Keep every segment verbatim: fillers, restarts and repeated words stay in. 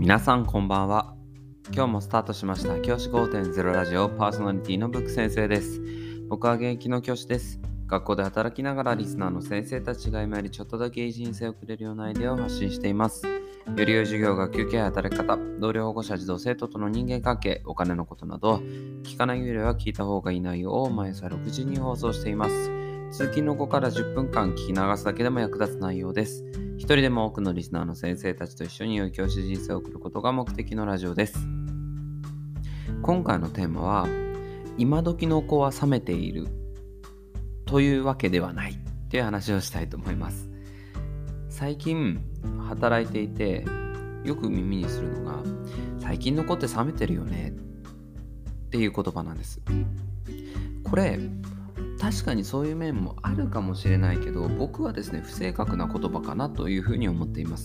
皆さんこんばんは。今日もスタートしました教師 ごてんゼロ ラジオパーソナリティのブック先生です。僕は現役の教師です。学校で働きながらリスナーの先生たちが今よりちょっとだけいい人生をくれるようなアイデアを発信しています。より良い授業、学級経営、働き方、同僚保護者、児童生徒との人間関係、お金のことなど、聞かないよりは聞いた方がいい内容を毎朝ろくじに放送しています。通勤の後からじゅっぷんかん聞き流すだけでも役立つ内容です。一人でも多くのリスナーの先生たちと一緒に良い教師人生を送ることが目的のラジオです。今回のテーマは、今時の子は冷めているというわけではないという話をしたいと思います。最近働いていてよく耳にするのが、最近の子って冷めてるよねっていう言葉なんです。これ確かにそういう面もあるかもしれないけど、僕はですね、不正確な言葉かなというふうに思っています。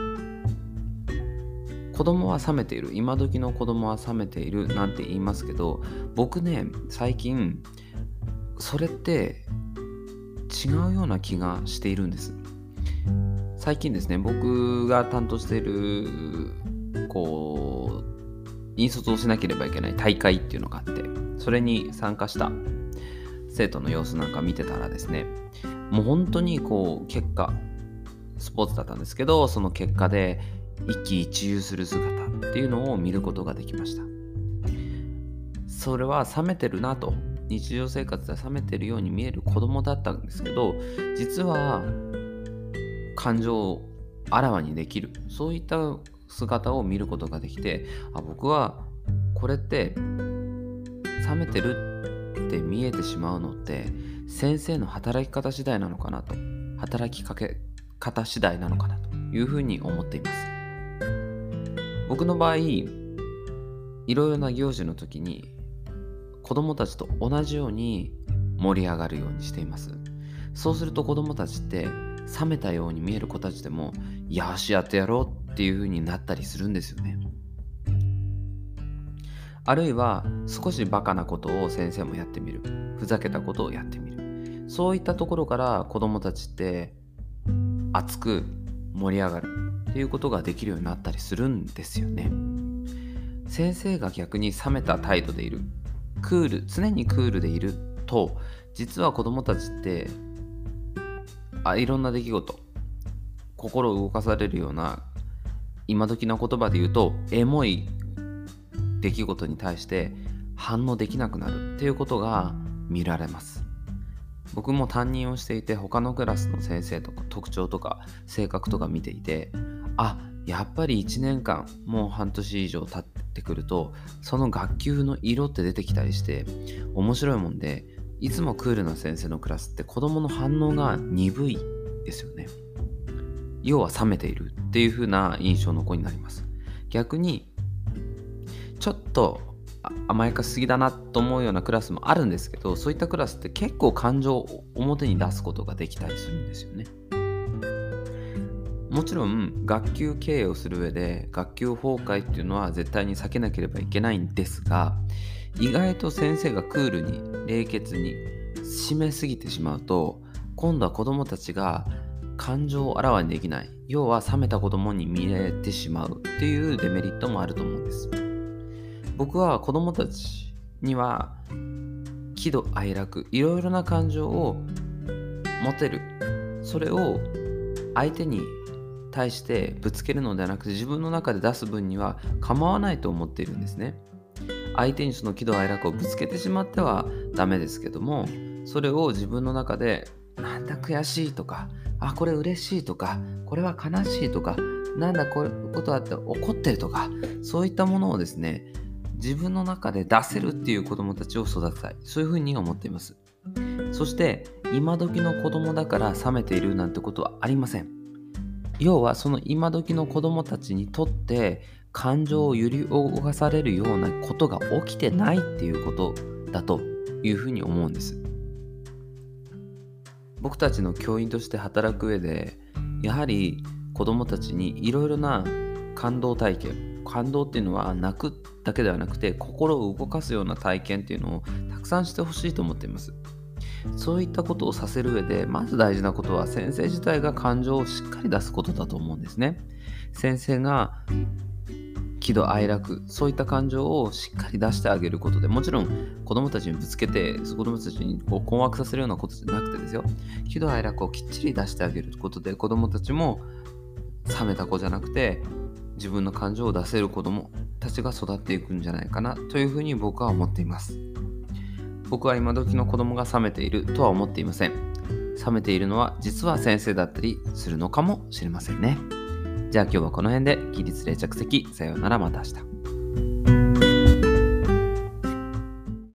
子供は冷めている、今時の子供は冷めているなんて言いますけど、僕ね、最近それって違うような気がしているんです。最近ですね、僕が担当しているこう引率をしなければいけない大会っていうのがあって、それに参加した生徒の様子なんか見てたらですね、もう本当にこう結果スポーツだったんですけど、その結果で一喜一憂する姿っていうのを見ることができました。それは冷めてるなと、日常生活で冷めてるように見える子供だったんですけど、実は感情をあらわにできる、そういった姿を見ることができて、あ、僕はこれって冷めてるって見えてしまうのって先生の働き方次第なのかなと、働きかけ方次第なのかなというふうに思っています。僕の場合、いろいろな行事の時に子どもたちと同じように盛り上がるようにしています。そうすると子どもたちって冷めたように見える子たちでも、よしやってやろうっていう風になったりするんですよね。あるいは少しバカなことを先生もやってみる、ふざけたことをやってみる、そういったところから子どもたちって熱く盛り上がるっていうことができるようになったりするんですよね。先生が逆に冷めた態度でいる、クール、常にクールでいると、実は子どもたちってあいろんな出来事、心を動かされるような、今時の言葉で言うとエモい出来事に対して反応できなくなるっていうことが見られます。僕も担任をしていて、他のクラスの先生とか特徴とか性格とか見ていて、あ、やっぱりいちねんかん、もう半年以上経ってくると、その学級の色って出てきたりして面白いもんで、いつもクールな先生のクラスって子供の反応が鈍いですよね。要は冷めているっていう風な印象の子になります。逆にちょっと甘やかしすぎだなと思うようなクラスもあるんですけど、そういったクラスって結構感情を表に出すことができたりするんですよね。もちろん学級経営をする上で学級崩壊っていうのは絶対に避けなければいけないんですが、意外と先生がクールに冷血に締めすぎてしまうと、今度は子どもたちが感情をあらわにできない、要は冷めた子どもに見えてしまうっていうデメリットもあると思うんです。僕は子どもたちには喜怒哀楽、いろいろな感情を持てる、それを相手に対してぶつけるのではなくて、自分の中で出す分には構わないと思っているんですね。相手にその喜怒哀楽をぶつけてしまってはダメですけども、それを自分の中で、なんだ悔しいとか、あ、これ嬉しいとか、これは悲しいとか、なんだこういうことあって怒ってるとか、そういったものをですね、自分の中で出せるっていう子どもたちを育てたい、そういうふうに思っています。そして今時の子どもだから冷めているなんてことはありません。要はその今時の子どもたちにとって感情を揺り動かされるようなことが起きてないっていうことだというふうに思うんです。僕たちの教員として働く上で、やはり子どもたちにいろいろな感動体験、感動っていうのは泣くだけではなくて心を動かすような体験っていうのをたくさんしてほしいと思っています。そういったことをさせる上で、まず大事なことは先生自体が感情をしっかり出すことだと思うんですね。先生が喜怒哀楽、そういった感情をしっかり出してあげることで、もちろん子供たちにぶつけて子供たちにこう困惑させるようなことじゃなくてですよ、喜怒哀楽をきっちり出してあげることで、子供たちも冷めた子じゃなくて自分の感情を出せる子供たちが育っていくんじゃないかなというふうに僕は思っています。僕は今時の子供が冷めているとは思っていません。冷めているのは実は先生だったりするのかもしれませんね。じゃあ今日はこの辺で。起立例着席。さようなら、また明日。